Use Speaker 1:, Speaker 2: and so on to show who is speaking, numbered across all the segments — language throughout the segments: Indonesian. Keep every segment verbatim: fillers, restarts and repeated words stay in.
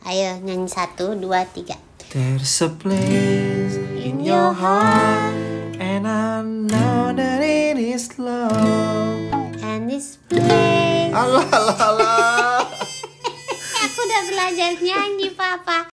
Speaker 1: Ayo nyanyi satu, dua, tiga.
Speaker 2: There's a place in your heart, and I know that it is love.
Speaker 1: And this place.
Speaker 2: Alah, alah, alah.
Speaker 1: Aku udah belajar nyanyi, Papa.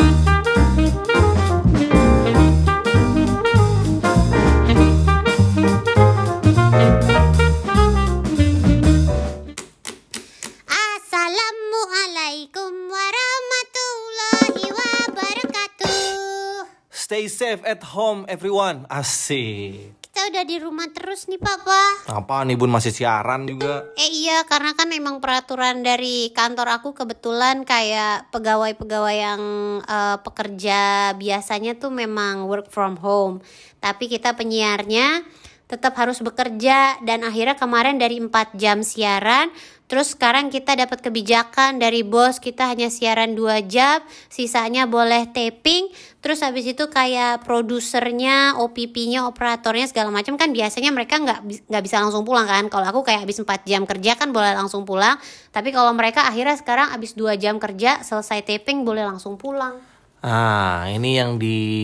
Speaker 1: Assalamualaikum warahmatullahi wabarakatuh.
Speaker 2: Stay safe at home, everyone. Asik.
Speaker 1: Kita udah di rumah terus nih, Papa.
Speaker 2: Apa nih, Bun, masih siaran juga?
Speaker 1: Eh iya, karena kan emang peraturan dari kantor aku kebetulan kayak pegawai-pegawai yang uh, pekerja biasanya tuh memang work from home. Tapi kita penyiarnya tetap harus bekerja, dan akhirnya kemarin dari empat jam siaran, terus sekarang kita dapat kebijakan dari bos, kita hanya siaran dua jam, sisanya boleh taping. Terus habis itu kayak produsernya, O P P-nya, operatornya segala macam kan biasanya mereka nggak nggak bisa langsung pulang kan. Kalau aku kayak habis empat jam kerja kan boleh langsung pulang, tapi kalau mereka akhirnya sekarang habis dua jam kerja selesai taping boleh langsung pulang.
Speaker 2: Ah, ini yang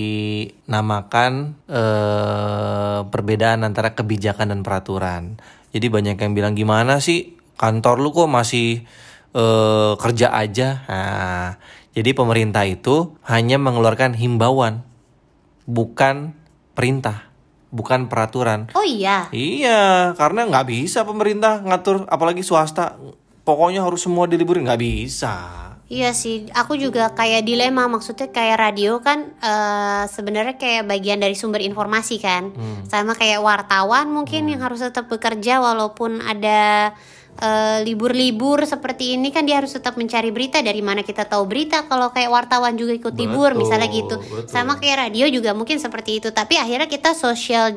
Speaker 2: dinamakan eh, perbedaan antara kebijakan dan peraturan. Jadi banyak yang bilang, gimana sih kantor lu kok masih eh, kerja aja? Nah, jadi pemerintah itu hanya mengeluarkan himbauan, bukan perintah, bukan peraturan.
Speaker 1: Oh iya?
Speaker 2: Iya, karena nggak bisa pemerintah ngatur, apalagi swasta. Pokoknya harus semua diliburin, nggak bisa.
Speaker 1: Iya sih, aku juga kayak dilema, maksudnya kayak radio kan uh, sebenarnya kayak bagian dari sumber informasi kan, hmm. sama kayak wartawan mungkin hmm. yang harus tetap bekerja walaupun ada uh, libur-libur seperti ini kan dia harus tetap mencari berita. Dari mana kita tahu berita kalau kayak wartawan juga ikut betul, libur misalnya gitu, betul. Sama kayak radio juga mungkin seperti itu. Tapi akhirnya kita social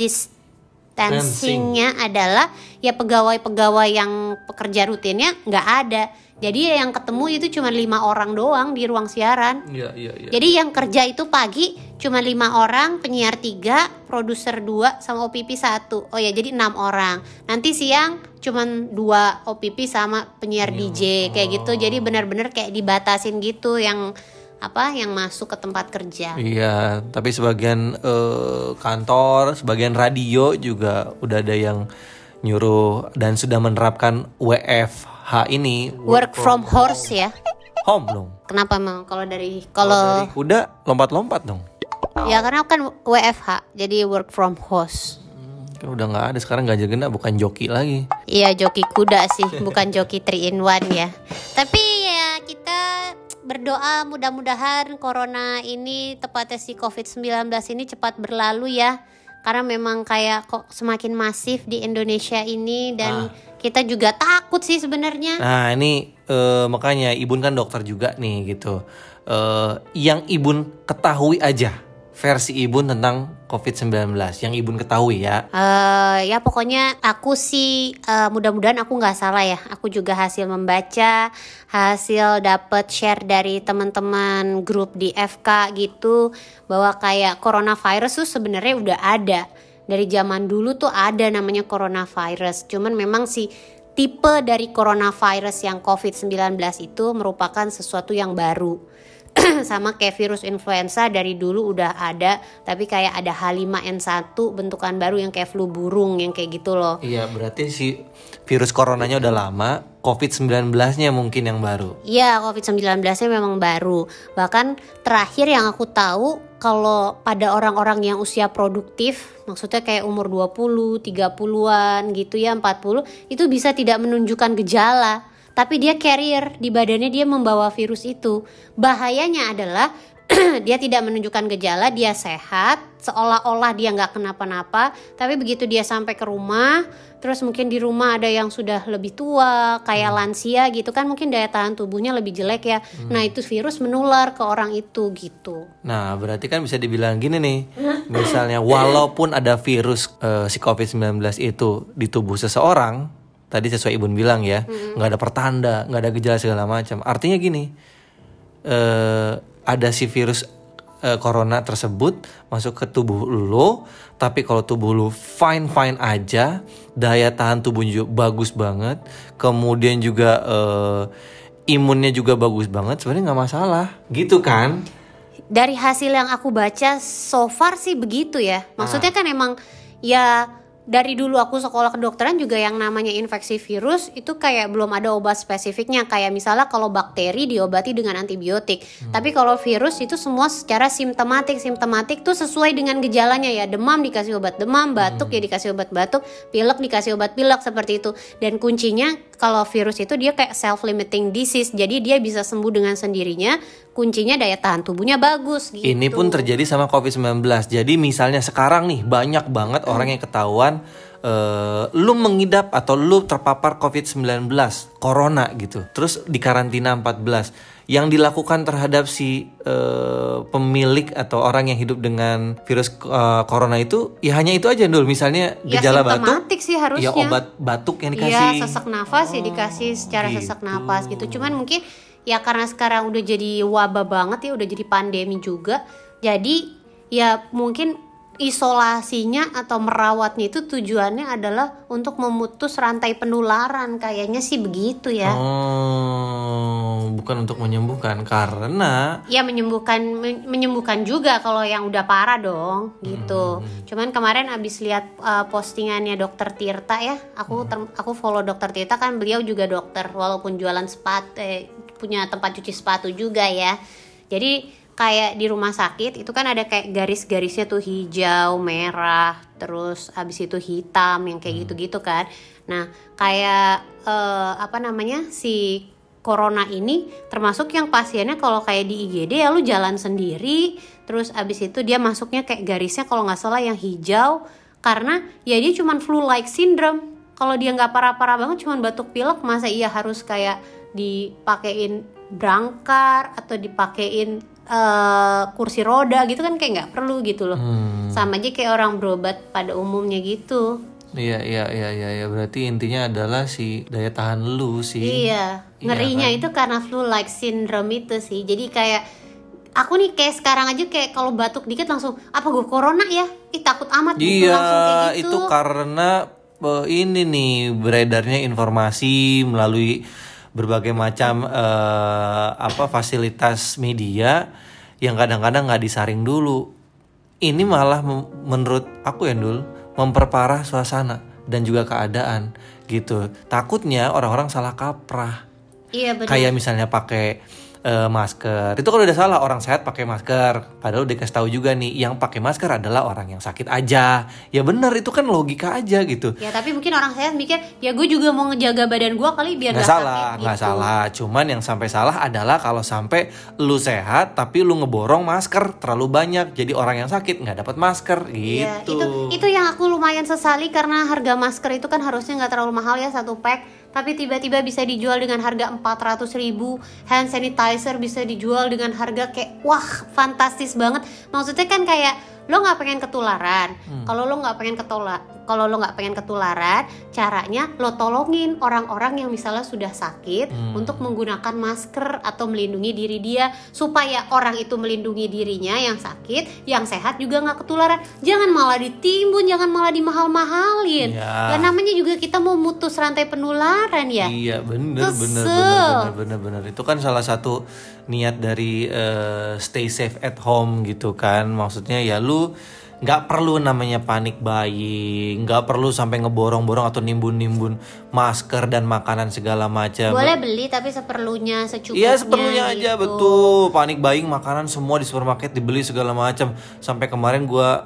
Speaker 1: distancingnya adalah ya pegawai-pegawai yang pekerja rutinnya nggak ada. Jadi yang ketemu itu cuma lima orang doang di ruang siaran.
Speaker 2: Iya, iya, iya.
Speaker 1: Jadi yang kerja itu pagi cuma lima orang, penyiar tiga, produser dua, sama O P P satu. Oh ya, jadi enam orang. Nanti siang cuma dua O P P sama penyiar D J kayak gitu. Jadi benar-benar kayak dibatasin gitu yang apa yang masuk ke tempat kerja.
Speaker 2: Iya, tapi sebagian uh, kantor, sebagian radio juga udah ada yang nyuruh dan sudah menerapkan W F H ini,
Speaker 1: work, work from, from horse ya.
Speaker 2: Home dong.
Speaker 1: Kenapa emang kalau dari kalau
Speaker 2: dari kuda lompat-lompat dong?
Speaker 1: Ya karena kan W F H jadi work from horse.
Speaker 2: Hmm, kan udah nggak ada sekarang, gajah genap bukan joki lagi.
Speaker 1: Iya, joki kuda sih, bukan joki three in one ya. Tapi ya kita berdoa mudah-mudahan corona ini, tepatnya si covid sembilan belas ini cepat berlalu ya. Karena memang kayak kok semakin masif di Indonesia ini dan ah. kita juga takut sih sebenarnya.
Speaker 2: Nah ini uh, makanya Ibun kan dokter juga nih gitu. Uh, yang Ibun ketahui aja versi Ibun tentang covid sembilan belas yang Ibun ketahui ya.
Speaker 1: Uh, ya pokoknya aku sih uh, mudah-mudahan aku nggak salah ya. Aku juga hasil membaca, hasil dapat share dari teman-teman grup di F K gitu, bahwa kayak coronavirus tuh sebenarnya udah ada dari zaman dulu tuh ada namanya coronavirus. Cuman memang si tipe dari coronavirus yang covid sembilan belas itu merupakan sesuatu yang baru. Sama kayak virus influenza dari dulu udah ada, tapi kayak ada H lima N satu bentukan baru yang kayak flu burung yang kayak gitu loh.
Speaker 2: Iya, berarti si virus coronanya udah lama, covid sembilan belas-nya mungkin yang baru.
Speaker 1: Iya, covid sembilan belas-nya memang baru. Bahkan terakhir yang aku tahu kalau pada orang-orang yang usia produktif, maksudnya kayak umur dua puluh, tiga puluhan gitu ya, empat puluh, itu bisa tidak menunjukkan gejala. Tapi dia carrier, di badannya dia membawa virus itu. Bahayanya adalah dia tidak menunjukkan gejala, dia sehat, seolah-olah dia gak kenapa-napa. Tapi begitu dia sampai ke rumah, terus mungkin di rumah ada yang sudah lebih tua, kayak lansia gitu kan, mungkin daya tahan tubuhnya lebih jelek ya. hmm. Nah itu virus menular ke orang itu gitu.
Speaker 2: Nah berarti kan bisa dibilang gini nih, misalnya walaupun ada virus uh, si covid sembilan belas itu di tubuh seseorang, tadi sesuai Ibun bilang ya, nggak mm-hmm. ada pertanda, nggak ada gejala segala macam. Artinya gini, uh, ada si virus uh, corona tersebut masuk ke tubuh lo, tapi kalau tubuh lo fine fine aja, daya tahan tubuh juga bagus banget, kemudian juga uh, imunnya juga bagus banget, sebenarnya nggak masalah, gitu kan?
Speaker 1: Dari hasil yang aku baca so far sih begitu ya. Maksudnya
Speaker 2: Ah.
Speaker 1: kan emang ya dari dulu aku sekolah kedokteran juga yang namanya infeksi virus itu kayak belum ada obat spesifiknya. Kayak misalnya kalau bakteri diobati dengan antibiotik. Hmm. Tapi kalau virus itu semua secara simptomatik. Simptomatik tuh sesuai dengan gejalanya ya. Demam dikasih obat demam, batuk hmm. ya dikasih obat batuk, pilek dikasih obat pilek, seperti itu. Dan kuncinya kalau virus itu dia kayak self-limiting disease. Jadi dia bisa sembuh dengan sendirinya. Kuncinya daya tahan tubuhnya bagus gitu.
Speaker 2: Ini pun terjadi sama covid sembilan belas. Jadi misalnya sekarang nih banyak banget hmm. orang yang ketahuan uh, lu mengidap atau lu terpapar covid sembilan belas, corona gitu. Terus di karantina empat belas. Yang dilakukan terhadap si uh, pemilik atau orang yang hidup dengan virus uh, corona itu ya hanya itu aja dulu. Misalnya gejala
Speaker 1: ya,
Speaker 2: batuk,
Speaker 1: sih harusnya.
Speaker 2: ya obat batuk yang dikasih.
Speaker 1: Iya, sesak nafas ya dikasih secara
Speaker 2: gitu.
Speaker 1: sesak nafas gitu. Cuman mungkin ya karena sekarang udah jadi wabah banget ya, udah jadi pandemi juga. Jadi ya mungkin isolasinya atau merawatnya itu tujuannya adalah untuk memutus rantai penularan. Kayaknya sih begitu ya.
Speaker 2: Oh, bukan untuk menyembuhkan karena
Speaker 1: ya menyembuhkan men- menyembuhkan juga kalau yang udah parah dong gitu. Hmm. Cuman kemarin abis lihat uh, postingannya dokter Tirta ya. Aku ter- aku follow dokter Tirta, kan beliau juga dokter walaupun jualan sepatu, eh, punya tempat cuci sepatu juga ya. Jadi kayak di rumah sakit itu kan ada kayak garis-garisnya tuh hijau, merah, terus abis itu hitam yang kayak gitu-gitu kan. Nah kayak uh, apa namanya si corona ini termasuk yang pasiennya kalau kayak di I G D ya lu jalan sendiri, terus abis itu dia masuknya kayak garisnya kalau nggak salah yang hijau karena ya dia cuman flu-like syndrome. Kalau dia nggak parah-parah banget cuman batuk pilek, masa iya harus kayak dipakein brangkar atau dipakein uh, kursi roda gitu kan, kayak nggak perlu gitu loh. Hmm. Sama aja kayak orang berobat pada umumnya gitu.
Speaker 2: Iya iya iya iya ya. Berarti intinya adalah si daya tahan lu sih.
Speaker 1: Iya, ngerinya iya, kan? Itu karena flu-like syndrome itu sih. Jadi kayak aku nih kayak sekarang aja kayak kalau batuk dikit langsung apa gue corona ya? Ih takut amat gitu.
Speaker 2: Iya,
Speaker 1: langsung kayak gitu.
Speaker 2: Itu karena uh, ini nih beredarnya informasi melalui berbagai macam uh, apa fasilitas media yang kadang-kadang nggak disaring dulu. Ini malah mem- menurut aku ya Dul, memperparah suasana dan juga keadaan gitu. Takutnya orang-orang salah kaprah.
Speaker 1: Iya benar.
Speaker 2: Kayak misalnya pakai uh, masker. Itu kalau udah salah orang sehat pakai masker. Padahal udah dikasih tahu juga nih, yang pakai masker adalah orang yang sakit aja. Ya benar, itu kan logika aja gitu.
Speaker 1: Ya tapi mungkin orang sehat mikir, ya gue juga mau ngejaga badan gue kali biar
Speaker 2: nggak
Speaker 1: gak
Speaker 2: salah,
Speaker 1: sakit
Speaker 2: nggak
Speaker 1: gitu.
Speaker 2: salah. Cuman yang sampai salah adalah kalau sampai lu sehat tapi lu ngeborong masker terlalu banyak, jadi orang yang sakit nggak dapat masker gitu.
Speaker 1: Ya, itu itu yang aku lumayan sesali karena harga masker itu kan harusnya nggak terlalu mahal ya satu pack. Tapi tiba-tiba bisa dijual dengan harga empat ratus ribu. Hand sanitizer bisa dijual dengan harga kayak wah fantastis banget. Maksudnya kan kayak lo nggak pengen ketularan. Hmm. Kalau lo nggak pengen ketula, kalau lo nggak pengen ketularan, caranya lo tolongin orang-orang yang misalnya sudah sakit hmm. untuk menggunakan masker atau melindungi diri dia supaya orang itu melindungi dirinya yang sakit, yang sehat juga nggak ketularan. Jangan malah ditimbun, jangan malah dimahal-mahalin. Ya. Dan namanya juga kita mau mutus rantai penularan ya.
Speaker 2: Iya bener bener bener bener bener. Itu kan salah satu niat dari uh, stay safe at home gitu kan. Maksudnya ya lu nggak perlu namanya panik buying, nggak perlu sampai ngeborong-borong atau nimbun-nimbun masker dan makanan segala macam.
Speaker 1: Boleh beli tapi seperlunya, secukupnya.
Speaker 2: Iya seperlunya
Speaker 1: gitu.
Speaker 2: aja, betul. Panik buying makanan semua di supermarket dibeli segala macam. Sampai kemarin gua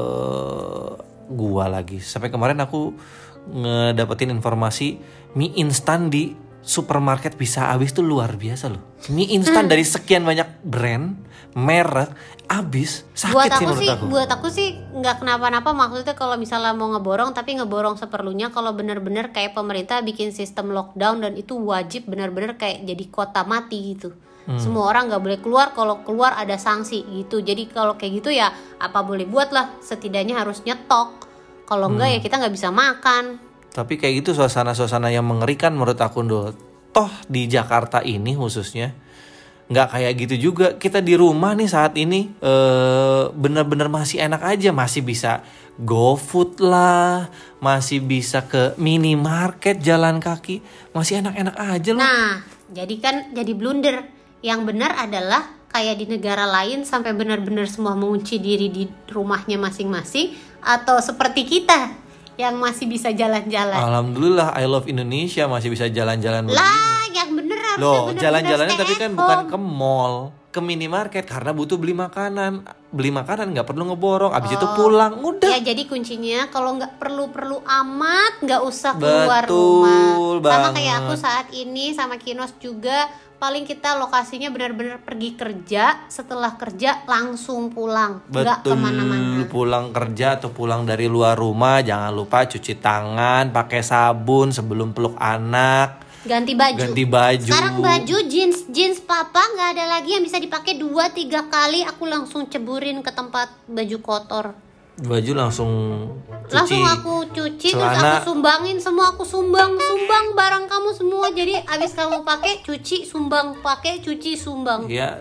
Speaker 2: uh, gua lagi. Sampai kemarin aku ngedapetin informasi mie instan di supermarket bisa habis tuh luar biasa loh. Mie instan hmm. dari sekian banyak brand, merek, habis. Sakit
Speaker 1: buat
Speaker 2: sih
Speaker 1: aku
Speaker 2: menurut
Speaker 1: sih,
Speaker 2: aku.
Speaker 1: Buat aku sih nggak kenapa-napa. Maksudnya kalau misalnya mau ngeborong tapi ngeborong seperlunya. Kalau bener-bener kayak pemerintah bikin sistem lockdown dan itu wajib bener-bener kayak jadi kota mati gitu. Hmm. Semua orang nggak boleh keluar, kalau keluar ada sanksi gitu. Jadi kalau kayak gitu ya apa boleh buat lah. Setidaknya harus nyetok. Kalau enggak hmm. ya kita nggak bisa makan.
Speaker 2: Tapi kayak gitu suasana-suasana yang mengerikan menurut aku Ndol. Toh di Jakarta ini khususnya nggak kayak gitu juga. Kita di rumah nih saat ini ee, bener-bener masih enak aja. Masih bisa GoFood lah, masih bisa ke minimarket jalan kaki, masih enak-enak aja loh.
Speaker 1: Nah Jadi kan jadi blunder. Yang benar adalah kayak di negara lain sampai benar-benar semua mengunci diri di rumahnya masing-masing, atau seperti kita yang masih bisa jalan-jalan.
Speaker 2: Alhamdulillah, I love Indonesia masih bisa jalan-jalan begini.
Speaker 1: Lah, yang bener harusnya
Speaker 2: Loh,
Speaker 1: bener-bener
Speaker 2: jalan-jalannya
Speaker 1: stay
Speaker 2: tapi
Speaker 1: at
Speaker 2: kan
Speaker 1: home.
Speaker 2: bukan ke mall, ke minimarket karena butuh beli makanan. Beli makanan nggak perlu ngeborong, abis itu pulang, udah.
Speaker 1: Ya jadi kuncinya kalau nggak perlu-perlu amat nggak usah keluar
Speaker 2: Betul
Speaker 1: rumah. Sama
Speaker 2: banget.
Speaker 1: kayak aku saat ini sama Kinos juga, paling kita lokasinya benar-benar pergi kerja, setelah kerja langsung pulang, nggak
Speaker 2: Betul,
Speaker 1: kemana-mana.
Speaker 2: pulang kerja atau pulang dari luar rumah jangan lupa cuci tangan, pakai sabun sebelum peluk anak.
Speaker 1: Ganti baju.
Speaker 2: Ganti baju.
Speaker 1: Sekarang baju jeans jeans papa nggak ada lagi yang bisa dipakai dua tiga kali. Aku langsung ceburin ke tempat baju kotor.
Speaker 2: Baju langsung cuci.
Speaker 1: Langsung aku cuci, terus
Speaker 2: Celana.
Speaker 1: aku sumbangin semua, aku sumbang sumbang barang kamu semua. Jadi abis kamu pakai cuci sumbang, pakai cuci sumbang.
Speaker 2: Ya,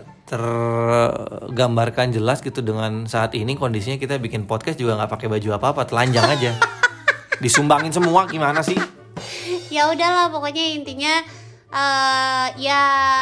Speaker 2: tergambarkan jelas gitu dengan saat ini kondisinya kita bikin podcast juga nggak pakai baju apa-apa, telanjang aja. Disumbangin semua, gimana sih?
Speaker 1: Ya udahlah, pokoknya intinya uh, ya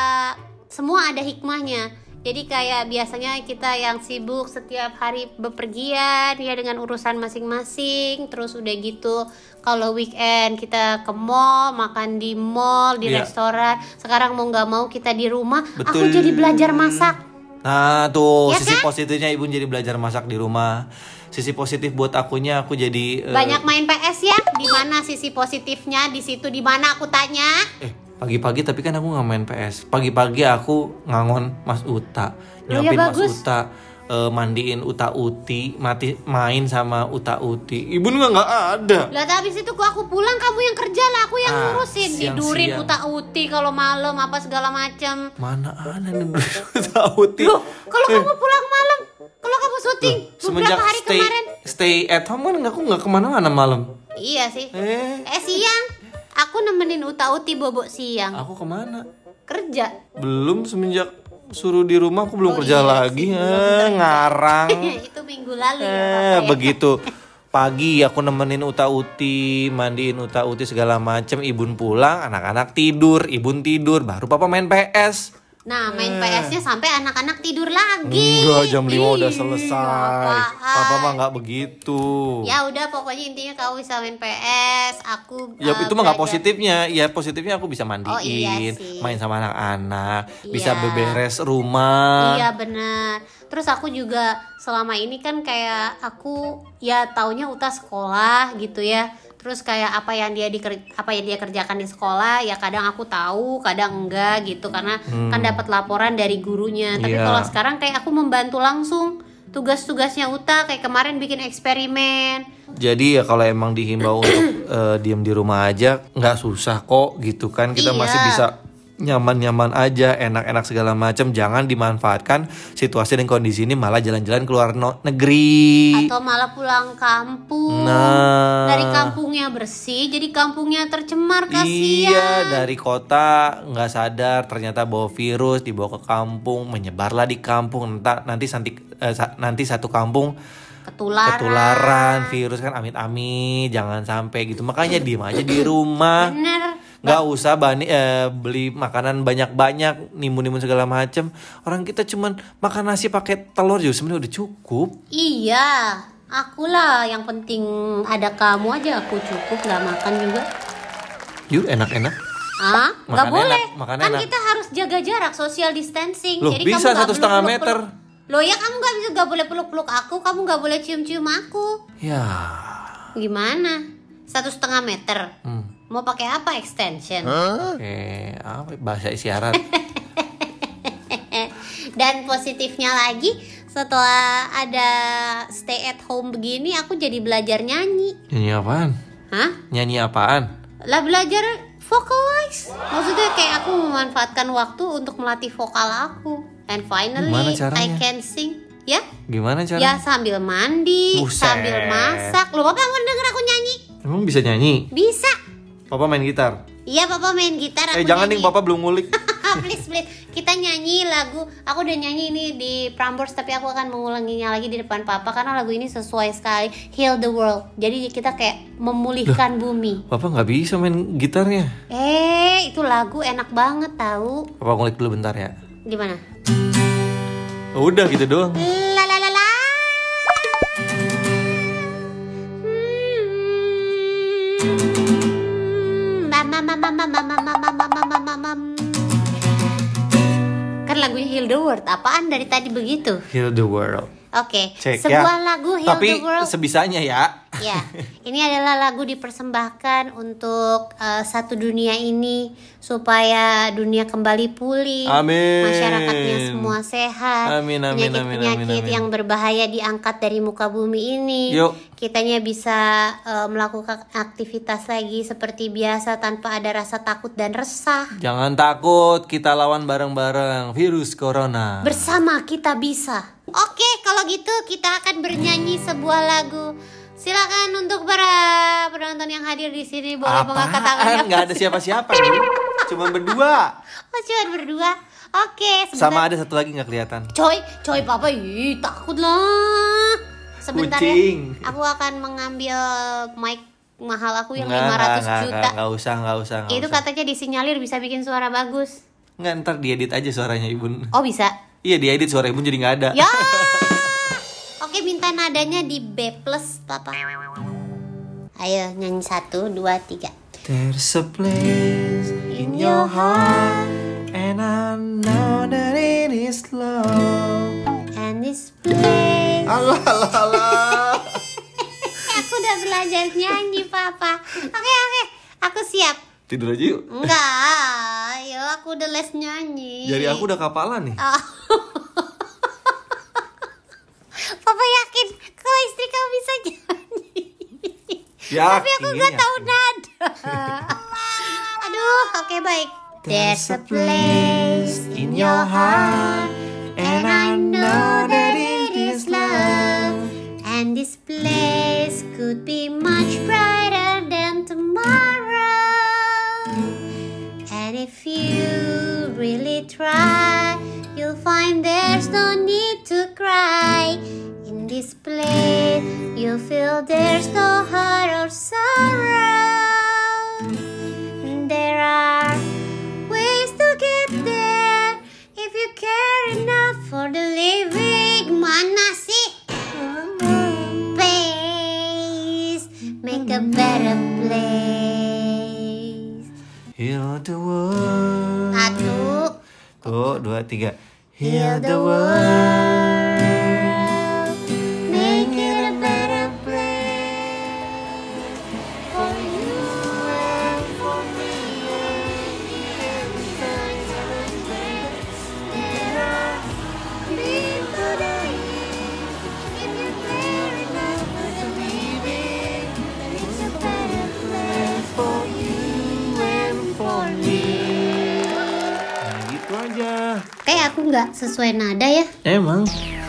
Speaker 1: semua ada hikmahnya. Jadi kayak biasanya kita yang sibuk setiap hari bepergian ya dengan urusan masing-masing. Terus udah gitu kalau weekend kita ke mall, makan di mall, di
Speaker 2: Iya.
Speaker 1: restoran. Sekarang mau gak mau kita di rumah. Aku
Speaker 2: Betul.
Speaker 1: jadi belajar masak.
Speaker 2: Nah tuh
Speaker 1: Ya
Speaker 2: sisi
Speaker 1: kan?
Speaker 2: positifnya ibu jadi belajar masak di rumah. Sisi positif buat akunya aku jadi eh,
Speaker 1: Banyak main P S ya. Di mana sisi positifnya? Di situ di mana aku tanya?
Speaker 2: eh pagi-pagi tapi kan aku nggak main P S. Pagi-pagi aku ngangon Mas Uta,
Speaker 1: Oh, ya
Speaker 2: nyuapin Mas
Speaker 1: bagus.
Speaker 2: Uta, eh, mandiin Uta Uti, mati main sama Uta Uti. Ibu nggak nggak ada.
Speaker 1: Lah habis itu gua aku pulang, kamu yang kerja lah, aku yang
Speaker 2: Ah,
Speaker 1: ngurusin. Tidurin
Speaker 2: siang-siang.
Speaker 1: uta uti kalau malam apa segala macam.
Speaker 2: Mana ada nih Uta Uti?
Speaker 1: Loh, kalau kamu pulang malam, kalau kamu syuting
Speaker 2: Semenjak
Speaker 1: beberapa hari
Speaker 2: stay
Speaker 1: kemarin.
Speaker 2: stay at home kan aku nggak kemana-mana malam.
Speaker 1: Iya sih.
Speaker 2: Eh,
Speaker 1: Eh siang, aku nemenin uta uti bobok siang.
Speaker 2: aku kemana?
Speaker 1: Kerja.
Speaker 2: Belum, semenjak suruh di rumah aku belum
Speaker 1: Oh,
Speaker 2: kerja
Speaker 1: iya
Speaker 2: lagi.
Speaker 1: sih, belum
Speaker 2: Eh,
Speaker 1: kerja.
Speaker 2: ngarang.
Speaker 1: Itu minggu lalu ya,
Speaker 2: Eh,
Speaker 1: Bapak ya.
Speaker 2: begitu. Pagi aku nemenin Uta Uti, mandiin Uta Uti segala macem. Ibun pulang, anak-anak tidur, ibun tidur, baru papa main P S.
Speaker 1: Nah, main P S-nya sampai anak-anak tidur lagi.
Speaker 2: Enggak, jam lima udah
Speaker 1: Ih,
Speaker 2: selesai.
Speaker 1: apaan.
Speaker 2: Papa mah nggak begitu.
Speaker 1: Ya udah, pokoknya intinya kamu bisa main P S, aku
Speaker 2: Ya
Speaker 1: eh,
Speaker 2: itu mah nggak
Speaker 1: belajar.
Speaker 2: positifnya. Ya positifnya aku bisa mandiin,
Speaker 1: Oh, iya sih.
Speaker 2: main sama anak-anak, bisa
Speaker 1: Iya.
Speaker 2: beberes rumah.
Speaker 1: Iya benar. Terus aku juga selama ini kan kayak aku ya taunya Uta sekolah gitu ya. Terus kayak apa yang dia diker- apa yang dia kerjakan di sekolah ya kadang aku tahu, kadang enggak gitu karena kan dapat laporan dari gurunya. Tapi
Speaker 2: Hmm. Iya.
Speaker 1: kalau sekarang kayak aku membantu langsung tugas-tugasnya Uta, kayak kemarin bikin eksperimen.
Speaker 2: Jadi ya kalau emang dihimbau untuk eh, diem di rumah aja nggak susah kok gitu kan, kita
Speaker 1: Iya.
Speaker 2: masih bisa nyaman-nyaman aja, enak-enak segala macam. Jangan dimanfaatkan situasi dan kondisi ini malah jalan-jalan keluar no- negeri.
Speaker 1: Atau malah pulang kampung.
Speaker 2: Nah.
Speaker 1: Dari kampungnya bersih jadi kampungnya tercemar, kasihan.
Speaker 2: Iya, dari kota nggak sadar ternyata bawa virus, dibawa ke kampung, menyebarlah di kampung. Entah, nanti nanti eh, sa- nanti satu kampung
Speaker 1: Ketularan.
Speaker 2: ketularan virus kan, amit-amit, jangan sampai gitu. Makanya diem aja di rumah.
Speaker 1: Bener.
Speaker 2: Nggak usah bani, eh, beli makanan banyak-banyak, nimun-nimun segala macem. Orang kita cuman makan nasi pakai telur juga sebenarnya udah cukup.
Speaker 1: Iya, akulah yang penting ada kamu aja aku cukup, nggak makan juga.
Speaker 2: Yuk enak-enak.
Speaker 1: Ah, nggak
Speaker 2: Makan
Speaker 1: boleh.
Speaker 2: enak, makan
Speaker 1: Kan
Speaker 2: enak.
Speaker 1: kita harus jaga jarak, social distancing.
Speaker 2: Loh,
Speaker 1: Jadi
Speaker 2: bisa
Speaker 1: kamu nggak
Speaker 2: satu setengah
Speaker 1: peluk-peluk-
Speaker 2: meter.
Speaker 1: Loh ya kamu nggak bisa, nggak boleh peluk-peluk aku, kamu nggak boleh cium-cium aku.
Speaker 2: Ya.
Speaker 1: Gimana? Satu setengah meter.
Speaker 2: Hmm.
Speaker 1: Mau pakai apa extension?
Speaker 2: Oke, apa bahasa isyarat?
Speaker 1: Dan positifnya lagi, setelah ada stay at home begini, aku jadi belajar nyanyi.
Speaker 2: Nyanyi apaan?
Speaker 1: Hah?
Speaker 2: Nyanyi apaan?
Speaker 1: Lah belajar vocalize. Maksudnya kayak aku memanfaatkan waktu untuk melatih vokal aku. And finally
Speaker 2: Gimana
Speaker 1: I
Speaker 2: caranya?
Speaker 1: can sing. Ya?
Speaker 2: Gimana cara?
Speaker 1: Ya sambil mandi,
Speaker 2: Buset.
Speaker 1: sambil masak. Loh, Papa mau denger aku nyanyi?
Speaker 2: Emang bisa nyanyi?
Speaker 1: Bisa.
Speaker 2: Papa main gitar.
Speaker 1: Iya, Papa main gitar, aku
Speaker 2: Eh jangan
Speaker 1: nyanyi.
Speaker 2: nih, Papa belum ngulik.
Speaker 1: please please. Kita nyanyi lagu. Aku udah nyanyi ini di Prambors, tapi aku akan mengulanginya lagi di depan Papa karena lagu ini sesuai sekali. Heal the world. Jadi kita kayak memulihkan Loh, bumi.
Speaker 2: Papa nggak bisa main gitarnya.
Speaker 1: Eh, itu lagu enak banget tahu.
Speaker 2: Papa ngulik dulu bentar ya.
Speaker 1: Gimana?
Speaker 2: Udah gitu doang.
Speaker 1: La la la la. Kan lagunya Heal the World. Apaan dari tadi begitu?
Speaker 2: Heal the World.
Speaker 1: Oke,
Speaker 2: okay.
Speaker 1: sebuah
Speaker 2: ya.
Speaker 1: lagu Heal
Speaker 2: Tapi
Speaker 1: the World.
Speaker 2: Tapi sebisanya ya.
Speaker 1: Ya, ini adalah lagu dipersembahkan untuk uh, satu dunia ini supaya dunia kembali pulih,
Speaker 2: amin.
Speaker 1: Masyarakatnya semua sehat,
Speaker 2: amin, amin,
Speaker 1: penyakit-penyakit
Speaker 2: amin, amin, amin.
Speaker 1: yang berbahaya diangkat dari muka bumi ini.
Speaker 2: Yuk.
Speaker 1: Kitanya bisa uh, melakukan aktivitas lagi seperti biasa tanpa ada rasa takut dan resah.
Speaker 2: Jangan takut, kita lawan bareng-bareng virus corona.
Speaker 1: Bersama kita bisa. Oke, kalau gitu kita akan bernyanyi sebuah lagu. Silakan untuk para penonton yang hadir di sini boleh mengangkat tangannya.
Speaker 2: Nggak ada siapa-siapa nih, cuma berdua.
Speaker 1: Oh, cuma berdua. Oke, sebentar.
Speaker 2: Sama ada satu lagi nggak kelihatan.
Speaker 1: Coy, coy papa, ih takut lah. Sebentar
Speaker 2: Kucing.
Speaker 1: ya. Aku akan mengambil mic mahal aku yang
Speaker 2: nggak,
Speaker 1: lima ratus
Speaker 2: nggak,
Speaker 1: juta.
Speaker 2: Nggak, nggak usah, nggak usah. Nggak
Speaker 1: Itu
Speaker 2: usah.
Speaker 1: katanya disinyalir bisa bikin suara bagus.
Speaker 2: Nggak, ntar diedit aja suaranya Ibun.
Speaker 1: Oh bisa?
Speaker 2: Iya, diedit suara Ibun jadi nggak ada.
Speaker 1: Ya. Oke, minta nadanya di B plus, Papa. Ayo, nyanyi satu, dua, tiga.
Speaker 2: There's a place in your heart, and I know that it is love.
Speaker 1: And this place.
Speaker 2: Alah, alah, alah.
Speaker 1: Aku udah belajar nyanyi, Papa. Oke, oke. Aku siap.
Speaker 2: Tidur aja yuk.
Speaker 1: Enggak, ayo aku udah les nyanyi.
Speaker 2: Jari aku udah kapalan nih.
Speaker 1: Oh. Papa yakin kalau istri kamu bisa nyanyi.
Speaker 2: Yakin,
Speaker 1: Tapi aku nggak
Speaker 2: yakin.
Speaker 1: tahu nada. Aduh, oke baik. There's a place in your heart, and I know that it is love. And this place could be much brighter than tomorrow. And if you really try, you'll find there's no need to cry. In this place, you'll feel there's no hurt or sorrow. There are ways to get there if you care enough for the living. Mana sih? Place, make a better place.
Speaker 2: Heal the world.
Speaker 1: Satu.
Speaker 2: Tuh, dua, tiga.
Speaker 1: Heal the world, make it a better place for you and for me and there are people there. If you care enough for the living, it's a better place for you and for me.
Speaker 2: Nah, gitu aja.
Speaker 1: Kayak aku nggak sesuai nada ya.
Speaker 2: Emang